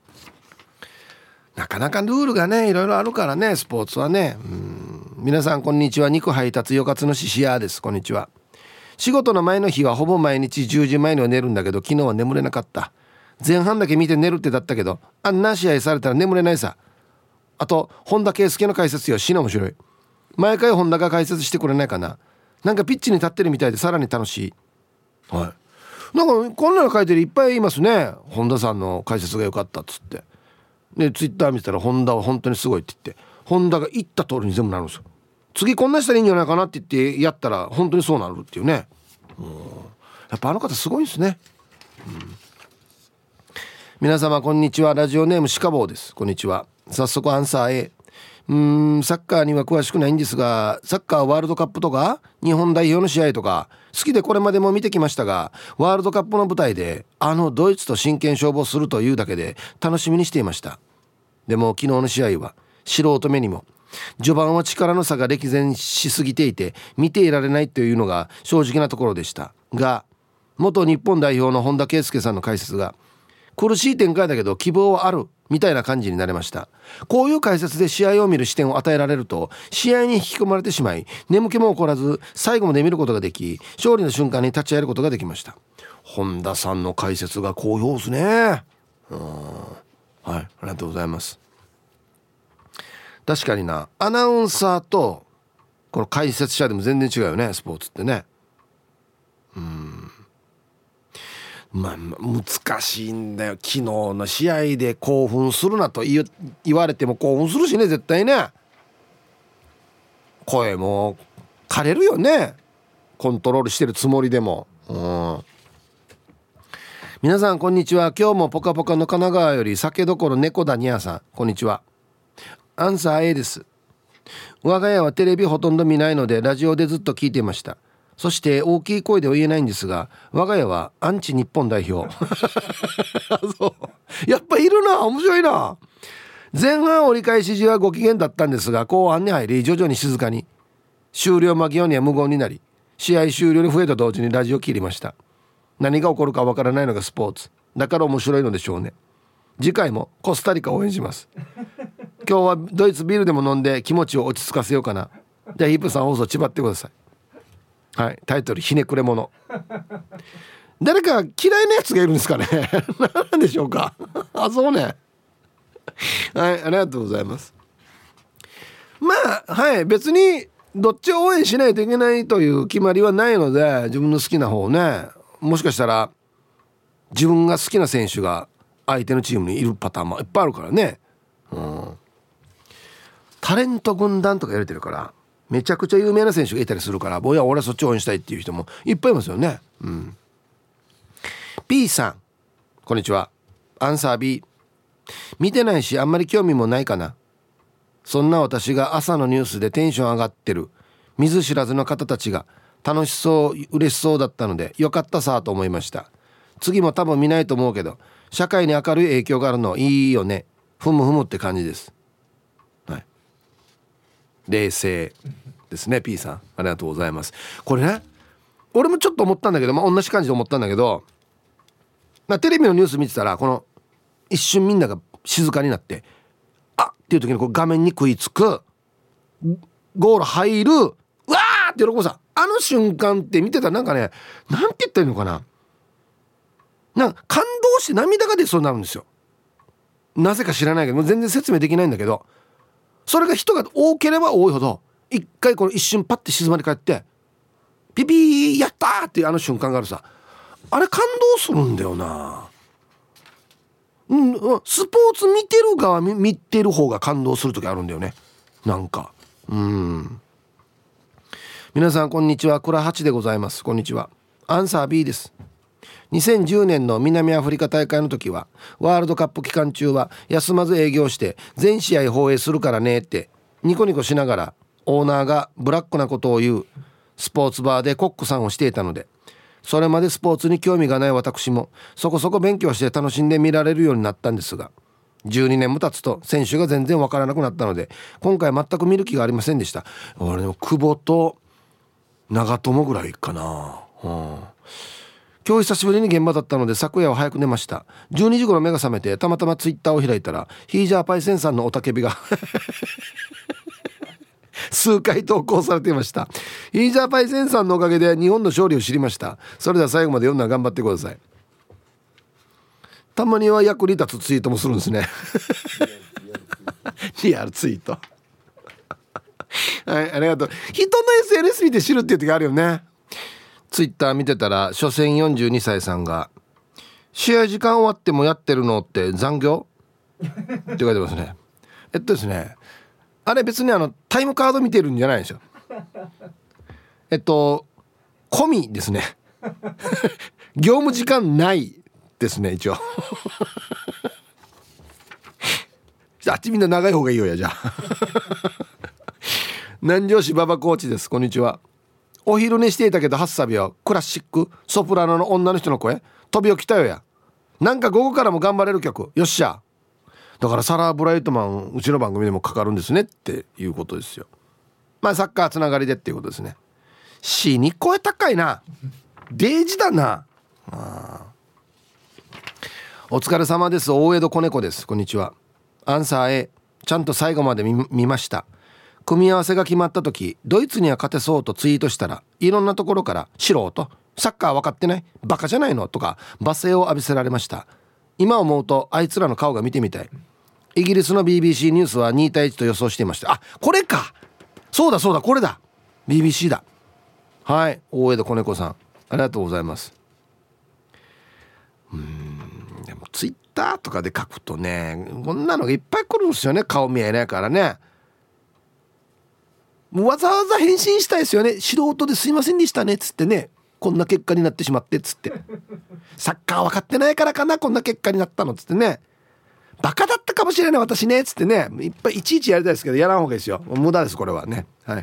A: なかなかルールがねいろいろあるからね、スポーツはね。皆さんこんにちは。肉配達よかつのししやです。こんにちは。仕事の前の日はほぼ毎日10時前には寝るんだけど、昨日は眠れなかった。前半だけ見て寝るってだったけど、あんな試合されたら眠れないさ。あと本田圭佑の解説よ、死の面白い。毎回本田が解説してくれないかな。なんかピッチに立ってるみたいでさらに楽しい。はい。なんかこんなの書いてるいっぱいいますね。本田さんの解説が良かったっつって。でツイッター見てたら本田は本当にすごいって言って、本田が言った通りに全部なるんですよ。次こんなしたらいいんじゃないかなって言ってやったら本当にそうなるっていうね。やっぱあの方すごいんですね。皆様こんにちは。ラジオネームシカボーです。こんにちは。早速アンサー A。サッカーには詳しくないんですが、サッカーワールドカップとか日本代表の試合とか好きでこれまでも見てきましたが、ワールドカップの舞台でドイツと真剣勝負をするというだけで楽しみにしていました。でも昨日の試合は素人目にも序盤は力の差が歴然しすぎていて見ていられないというのが正直なところでしたが、元日本代表の本田圭佑さんの解説が苦しい展開だけど希望はあるみたいな感じになれました。こういう解説で試合を見る視点を与えられると、試合に引き込まれてしまい眠気も起こらず最後まで見ることができ、勝利の瞬間に立ち会えることができました。本田さんの解説が好評ですね。はい、ありがとうございます。確かにな、アナウンサーとこの解説者でも全然違うよね、スポーツってね。まあ難しいんだよ。昨日の試合で興奮するなと言われても興奮するしね、絶対ね。声も枯れるよね、コントロールしてるつもりでも。皆さんこんにちは。今日もポカポカの神奈川より酒どころ猫だにゃさん、こんにちは。アンサー A です。我が家はテレビほとんど見ないのでラジオでずっと聞いていました。そして大きい声では言えないんですが、我が家はアンチ日本代表そうやっぱいるな、面白いな。前半折り返し時はご機嫌だったんですが、後半に入り徐々に静かに、終了間際には無言になり、試合終了に増えた同時にラジオを切りました。何が起こるかわからないのがスポーツだから面白いのでしょうね。次回もコスタリカ応援します。今日はドイツビールでも飲んで気持ちを落ち着かせようかな。じゃあヒップさん放送ちばってください。はい、タイトルひねくれ者。誰か嫌いなやつがいるんですかね何でしょうかあ、そうね。はい、ありがとうございます。まあはい、別にどっちを応援しないといけないという決まりはないので、自分の好きな方ね。もしかしたら自分が好きな選手が相手のチームにいるパターンもいっぱいあるからね。タレント軍団とかやれてるからめちゃくちゃ有名な選手がいたりするから、俺はそっちを応援したいっていう人もいっぱいいますよね。P さんこんにちは。アンサー B。 見てないしあんまり興味もないかな。そんな私が朝のニュースでテンション上がってる見ず知らずの方たちが楽しそう嬉しそうだったのでよかったさと思いました。次も多分見ないと思うけど社会に明るい影響があるのいいよね。ふむふむって感じです。はい、冷静ですね P さん、ありがとうございます。これね、俺もちょっと思ったんだけど、同じ感じで思ったんだけど、テレビのニュース見てたらこの一瞬みんなが静かになってあっていう時にこう画面に食いつく、ゴール入る、うわーって喜ぶさ、 あの瞬間って見てたらなんかね、なんて言ったらいいのかな、なんか感動して涙が出そうになるんですよ。なぜか知らないけど、もう全然説明できないんだけど、それが人が多ければ多いほど一回この一瞬パッて静まり返ってピピーやったーっていうあの瞬間があるさ、あれ感動するんだよな。スポーツ見てる側見てる方が感動する時あるんだよね、なんか。皆さんこんにちは、倉八でございます。こんにちは。アンサー B です。2010年の南アフリカ大会の時はワールドカップ期間中は休まず営業して全試合放映するからねってニコニコしながらオーナーがブラックなことを言うスポーツバーでコックさんをしていたので、それまでスポーツに興味がない私もそこそこ勉強して楽しんで見られるようになったんですが、12年も経つと選手が全然わからなくなったので今回全く見る気がありませんでした。俺でも久保と長友ぐらいかな。今日久しぶりに現場だったので昨夜は早く寝ました。12時頃目が覚めてたまたまツイッターを開いたらヒージャーパイセンさんのおたけびが数回投稿されていました。ヒージャーパイセンさんのおかげで日本の勝利を知りました。それでは最後まで読んだら頑張ってください。たまには役に立つツイートもするんですねリアルツイートはい、ありがとう。人の SNS 見て知るっていう時あるよね。ツイッター見てたら初戦42歳さんが試合時間終わってもやってるのって残業って書いてますね。ですね、あれ別にタイムカード見てるんじゃないんですよ。込みですね業務時間ないですね一応あっちみんな長い方がいいよや。じゃあ南城市馬場コーチです。こんにちは。お昼寝していたけどハッサビはクラシックソプラノの女の人の声飛び起きたよや。なんか午後からも頑張れる曲よっしゃ。だからサラ・ブライトマンうちの番組でもかかるんですねっていうことですよ。まあサッカーつながりでっていうことですね。C に声高いな、デージだな。お疲れ様です。大江戸子猫です。こんにちは。アンサー A、 ちゃんと最後まで見ました。組み合わせが決まった時ドイツには勝てそうとツイートしたらいろんなところから素人サッカー分かってないバカじゃないのとか罵声を浴びせられました。今思うとあいつらの顔が見てみたい。イギリスの BBC ニュースは2対1と予想していました。あ、これか、そうだこれだ BBC だ。はい、大江戸子猫さんありがとうございます。でもツイッターとかで書くとねこんなのがいっぱい来るんですよね。顔見えないからね。もうわざわざ返信したいですよね。素人ですいませんでしたねっつってね、こんな結果になってしまってっつってサッカー分かってないからかなこんな結果になったのっつってね、バカだったかもしれない私ねっつってね、いっぱいいちいちやりたいですけどやらん方がいいですよ。無駄ですこれはね。はい、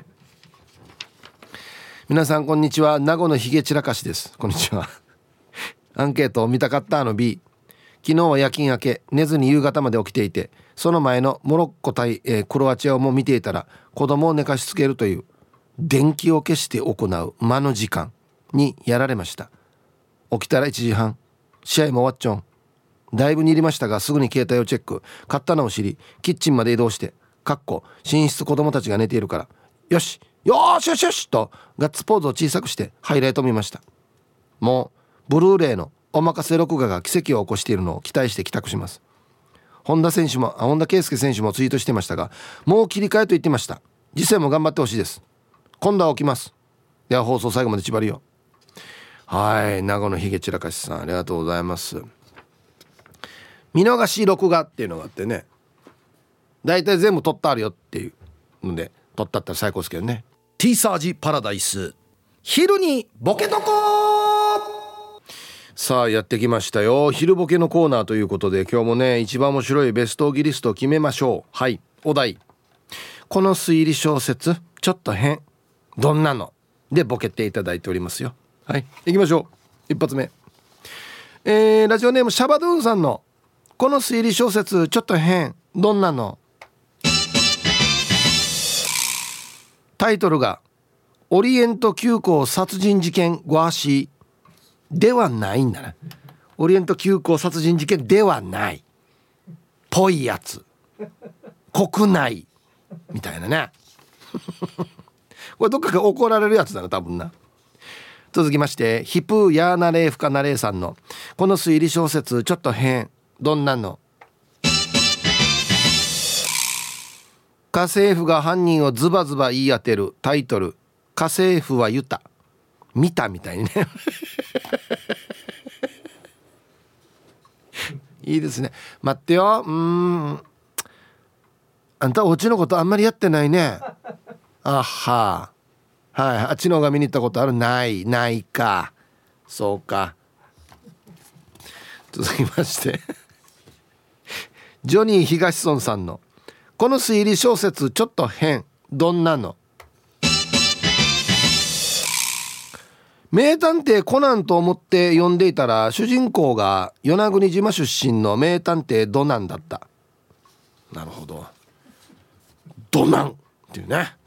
A: 皆さんこんにちは。名護のひげ散らかしです。こんにちはアンケートを見たかったB。昨日は夜勤明け寝ずに夕方まで起きていて、その前のモロッコ対、クロアチアをも見ていたら子供を寝かしつけるという電気を消して行う間の時間にやられました。起きたら1時半、試合も終わっちょん。だいぶ煮りましたがすぐに携帯をチェック、買ったのを知りキッチンまで移動して寝室子供たちが寝ているからよしとガッツポーズを小さくしてハイライトを見ました。もうブルーレイのおまかせ録画が奇跡を起こしているのを期待して帰宅します。本田圭佑選手もツイートしてましたがもう切り替えと言ってました。次戦も頑張ってほしいです。今度は起きます。では放送最後まで縛りよ。はい、名護のひげ散らかしさんありがとうございます。見逃し録画っていうのがあってね、だいたい全部撮ってあるよっていうので撮ったったら最高ですけどね。 T サージパラダイス昼にボケとこ。さあやってきましたよ、昼ボケのコーナーということで今日もね一番面白いベストギリストを決めましょう。はい、お題この推理小説ちょっと変どんなのでボケていただいておりますよ。はい、行きましょう。一発目、ラジオネームシャバドゥンさんのこの推理小説ちょっと変どんなの。タイトルがオリエント急行殺人事件ゴアシーではないんだな。オリエント急行殺人事件ではないぽいやつ、国内みたいなねこれどっかが怒られるやつだな多分な。続きまして、ヒプーヤーナレーフカナレーさんのこの推理小説ちょっと変。どんなの？家政婦が犯人をズバズバ言い当てる。タイトル、家政婦はユタ。見たみたいにねいいですね。待ってよ。あんたお家のことあんまりやってないね。あは、はい、あっちの方が見に行ったことある？ないか。そうか。続きましてジョニー東村さんのこの推理小説ちょっと変。どんなの？名探偵コナンと思って読んでいたら、主人公が与那国島出身の名探偵ドナンだった。なるほど、ドナンっていうね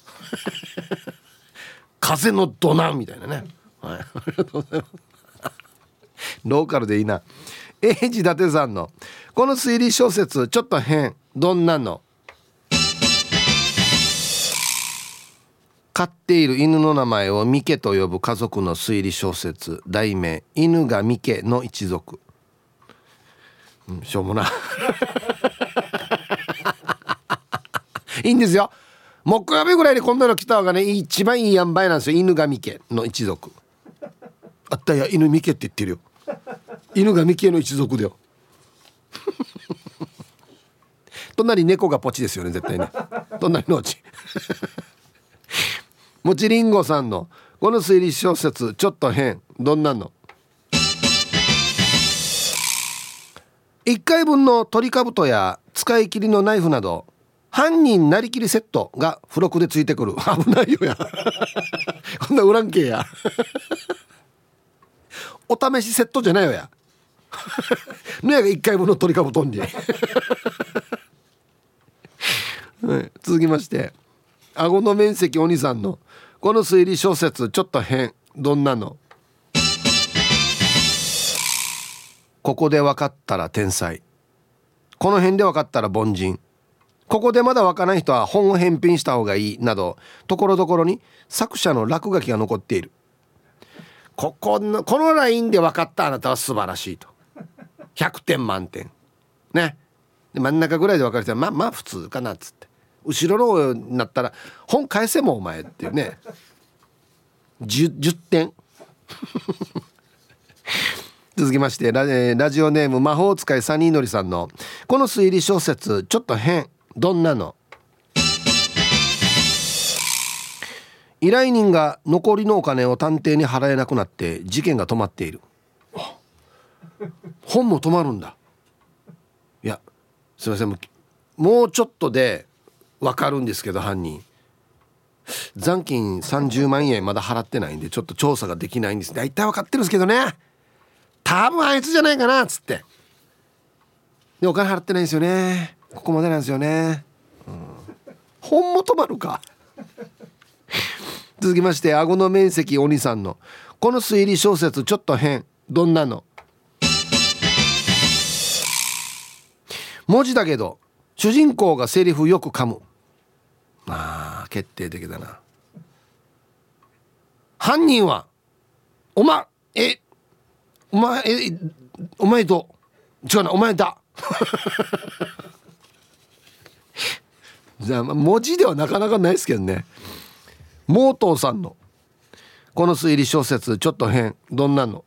A: 風のドナンみたいなね、はい、ありがとうございますローカルでいいな。英治伊達さんのこの推理小説ちょっと変。どんなの？飼っている犬の名前をミケと呼ぶ家族の推理小説。題名、犬がミケの一族。しょうもないいんですよ。木曜日ぐらいでこんなの来た方がね一番いい塩梅なんですよ。犬がミケの一族。あったや、犬ミケって言ってるよ。犬がミケの一族だよ隣猫がポチですよね絶対ね。隣のうちもちりんごさんのこの推理小説ちょっと変。どんなの？1回分のトリカブトや使い切りのナイフなど犯人なりきりセットが付録でついてくる。危ないよやこんなウラン系やお試しセットじゃないよやのやが1回分のトリカブトんにはい、続きまして、顎の面積お兄さんのこの推理小説ちょっと変。どんなの？ここで分かったら天才、この辺で分かったら凡人、ここでまだ分からない人は本を返品した方がいいなど、ところどころに作者の落書きが残っている。このラインで分かったあなたは素晴らしいと100点満点ね。で真ん中ぐらいで分かる人はまあ普通かなっつって、後ろの方になったら本返せもお前っていうね 10点続きまして、ラジオネーム魔法使いサニーのりさんのこの推理小説ちょっと変。どんなの？依頼人が残りのお金を探偵に払えなくなって事件が止まっている。本も止まるんだ。いやすいません、もうちょっとで分かるんですけど、犯人残金30万円まだ払ってないんでちょっと調査ができないんです。大体分かってるんですけどね、多分あいつじゃないかなっつって、でお金払ってないんですよね、ここまでなんですよね、本も止まるか続きまして、顎の面積お兄さんのこの推理小説ちょっと変。どんなの？文字だけど主人公がセリフよく噛む。決定的だな。犯人はお前と違うな、お前だじゃあ文字ではなかなかないですけどね。モートーさんのこの推理小説ちょっと変。どんなの？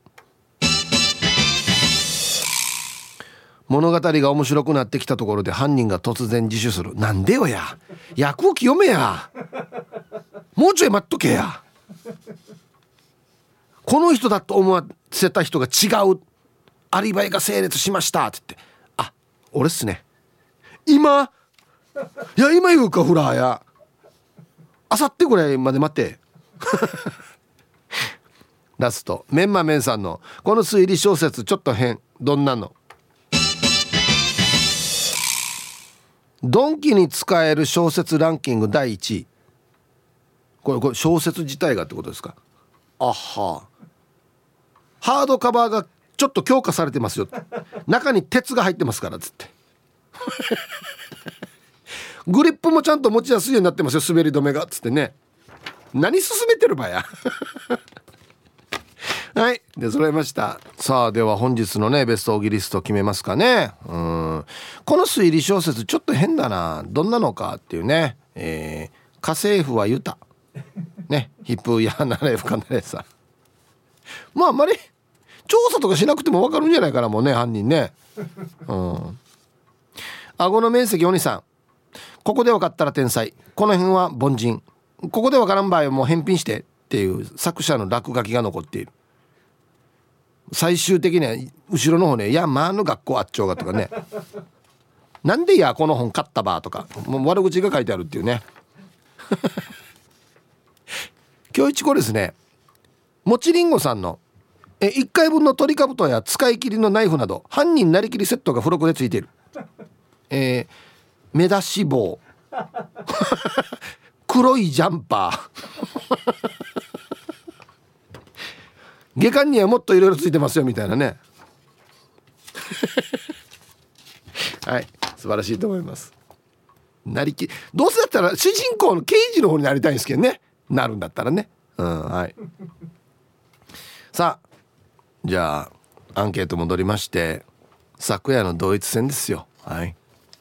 A: 物語が面白くなってきたところで犯人が突然自首する。なんでよや、役を清めや、もうちょい待っとけや。この人だと思わせた人が違う、アリバイが成立しましたって言って、あ、俺っすね、今言うかフラーや、あさってぐらいまで待ってラスト、メンマメンさんのこの推理小説ちょっと変。どんなの？ドンキに使える小説ランキング第1位。これ小説自体がってことですか？あは、ハードカバーがちょっと強化されてますよ、中に鉄が入ってますからっつってグリップもちゃんと持ちやすいようになってますよ、滑り止めがっつってね。 何進めてるばやはい、で揃いました。さあでは本日のねベストオギリスト決めますかね。この推理小説ちょっと変だな、どんなのかっていうね、家政婦はユタね、ヒップやなれふかなれさ、まああんまり調査とかしなくても分かるんじゃないかな、もうね犯人ね。顎の面積お兄さん、ここで分かったら天才、この辺は凡人、ここで分からん場合はもう返品してっていう作者の落書きが残っている。最終的には後ろの方ね、いやまあの学校あっちょうがとかねなんでいやこの本買ったばとか、もう悪口が書いてあるっていうね今日一個ですね、もちりんごさんの1回分のトリカブトや使い切りのナイフなど犯人なりきりセットが付録でついている。目出し帽黒いジャンパー下巻にはもっといろいろついてますよみたいなねはい素晴らしいと思います。なりきどうせだったら主人公の刑事の方になりたいんですけどね、なるんだったらね、はいさあじゃあアンケート戻りまして、昨夜のドイツ戦ですよ。はい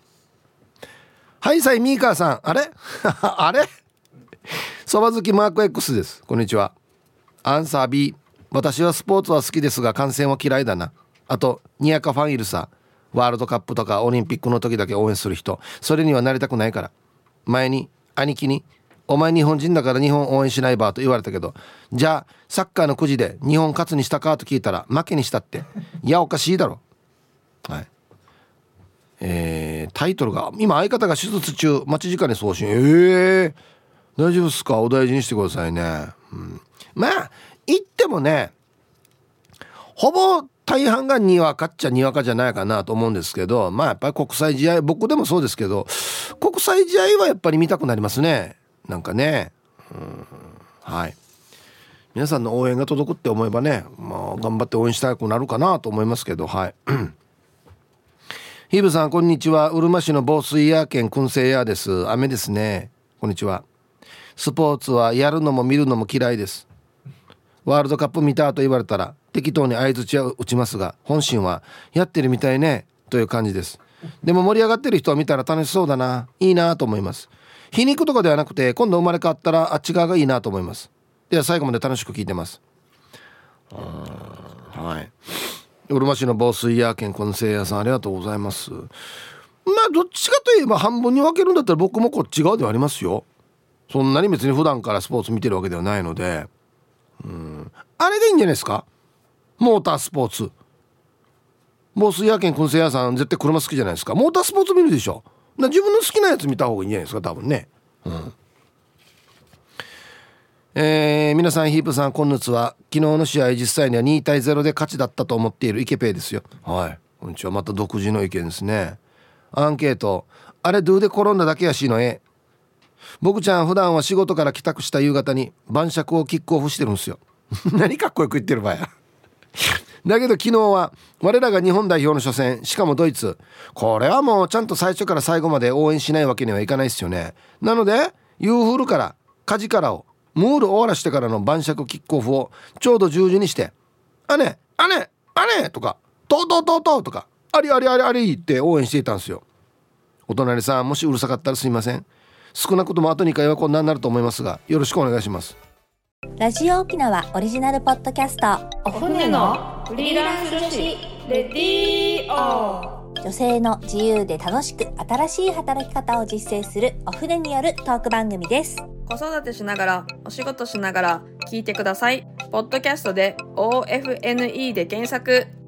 A: さいミーカーさん、あれあれそば好きマーク X です。こんにちは。アンサー B、 私はスポーツは好きですが観戦は嫌いだな。あとにやかファンいるさ、ワールドカップとかオリンピックの時だけ応援する人、それにはなりたくないから。前に兄貴にお前日本人だから日本応援しないばと言われたけど、じゃあサッカーのくじで日本勝つにしたかと聞いたら負けにしたって、いやおかしいだろ。はい、タイトルが今相方が手術中、待ち時間に送信。大丈夫ですか、お大事にしてくださいね。まあ言ってもね、ほぼ大半がにわかっちゃにわかじゃないかなと思うんですけど、まあやっぱり国際試合、僕でもそうですけど国際試合はやっぱり見たくなりますね、なんかね。はい、皆さんの応援が届くって思えばね、まあ頑張って応援したくなるかなと思いますけど。はいヒブさんこんにちは、うるま市の防水屋兼燻製屋です。雨ですね。こんにちは。スポーツはやるのも見るのも嫌いです。ワールドカップ見たと言われたら適当に相槌は打ちますが、本心はやってるみたいねという感じです。でも盛り上がってる人を見たら楽しそうだな、いいなと思います。皮肉とかではなくて今度生まれ変わったらあっち側がいいなと思います。では最後まで楽しく聞いてます。はい、うるま市の防水屋兼燻製屋さん、ありがとうございます。まあどっちかといえば半分に分けるんだったら僕もこっち側ではありますよ。そんなに別に普段からスポーツ見てるわけではないので、あれがいいんじゃないですか、モータースポーツ。防水屋兼燻製屋さん絶対車好きじゃないですか。モータースポーツ見るでしょ。自分の好きなやつ見た方がいいんじゃないですか多分ね。皆さんヒープさんこんにちは。昨日の試合実際には2対0で勝ちだったと思っているイケペイですよ。はい、こんにちは。また独自の意見ですね。アンケート、あれドゥで転んだだけやしの僕ちゃん普段は仕事から帰宅した夕方に晩酌をキックオフしてるんですよ何かっこよく言ってる場合やだけど昨日は我らが日本代表の初戦、しかもドイツ、これはもうちゃんと最初から最後まで応援しないわけにはいかないですよね。なのでユーフルからカジからをムール終わらしてからの晩酌キックオフをちょうど10時にして、あねあねあねとかとうとうとうとうとかありありありありって応援していたんですよ。お隣さんもしうるさかったらすいません。少なくともあと2回はこんなになると思いますがよろしくお願いします。
C: ラジオ沖縄オリジナルポッドキャスト、
D: お船のフリーランス女子レディオ。
C: 女性の自由で楽しく新しい働き方を実践するお船によるトーク番組です。
D: 子育てしながらお仕事しながら聞いてください。ポッドキャストで OFNE で検索。